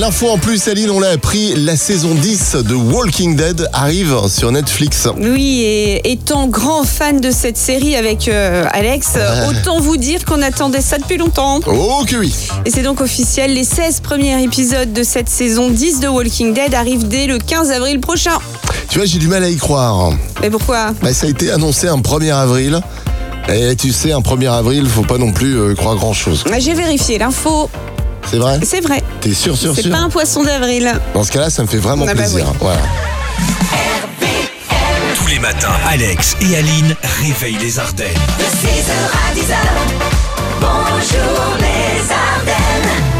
L'info en plus, Aline, on l'a appris, la saison 10 de Walking Dead arrive sur Netflix. Oui, et étant grand fan de cette série avec Alex, autant vous dire qu'on attendait ça depuis longtemps. Oh que oui. Et c'est donc officiel, les 16 premiers épisodes de cette saison 10 de Walking Dead arrivent dès le 15 avril prochain. Tu vois, j'ai du mal à y croire. Mais pourquoi ? Ça a été annoncé un 1er avril. Et tu sais, un 1er avril, faut pas non plus croire grand-chose. J'ai vérifié l'info. C'est vrai ? C'est vrai. T'es sûr ? C'est pas un poisson d'avril. Dans ce cas-là, ça me fait vraiment plaisir. Oui. Voilà. Tous les matins, Alex et Aline réveillent les Ardennes. De 6h à 10h, bonjour les Ardennes.